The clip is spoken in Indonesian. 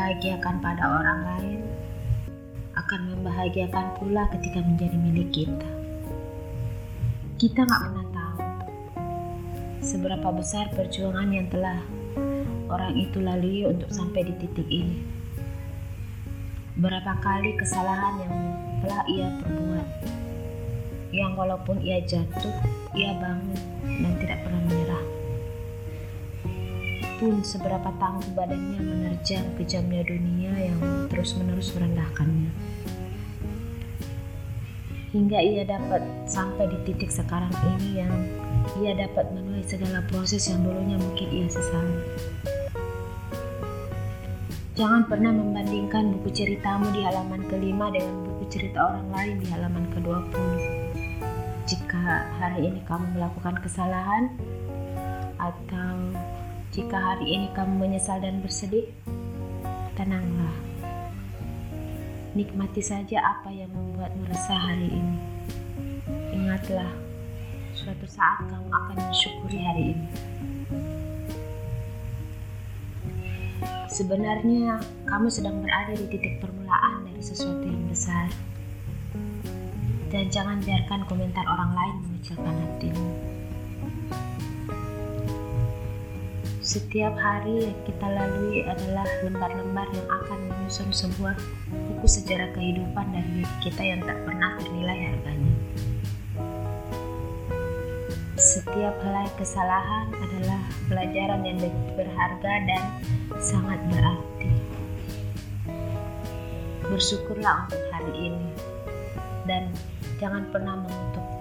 membahagiakan pada orang lain akan membahagiakan pula ketika menjadi milik kita. Kita gak pernah tahu seberapa besar perjuangan yang telah orang itu lalui untuk sampai di titik ini. Berapa kali kesalahan yang telah ia perbuat, yang walaupun ia jatuh, ia bangun dan tidak pernah menyerah. Pun seberapa tangguh badannya menerjang kejamnya dunia yang terus-menerus merendahkannya. Hingga ia dapat sampai di titik sekarang ini yang ia dapat menuai segala proses yang dulunya mungkin ia sesali. Jangan pernah membandingkan buku ceritamu di halaman ke-5 dengan buku cerita orang lain di halaman ke-20. Jika hari ini kamu melakukan kesalahan, atau jika hari ini kamu menyesal dan bersedih, tenanglah. Nikmati saja apa yang membuatmu resah hari ini. Ingatlah, suatu saat kamu akan mensyukuri hari ini. Sebenarnya, kamu sedang berada di titik permulaan dari sesuatu yang besar. Dan jangan biarkan komentar orang lain mengecilkan hatimu. Setiap hari yang kita lalui adalah lembar-lembar yang akan menyusun sebuah buku sejarah kehidupan dari diri kita yang tak pernah ternilai harganya. Setiap helai kesalahan adalah pelajaran yang berharga dan sangat berarti. Bersyukurlah untuk hari ini dan jangan pernah mengutuk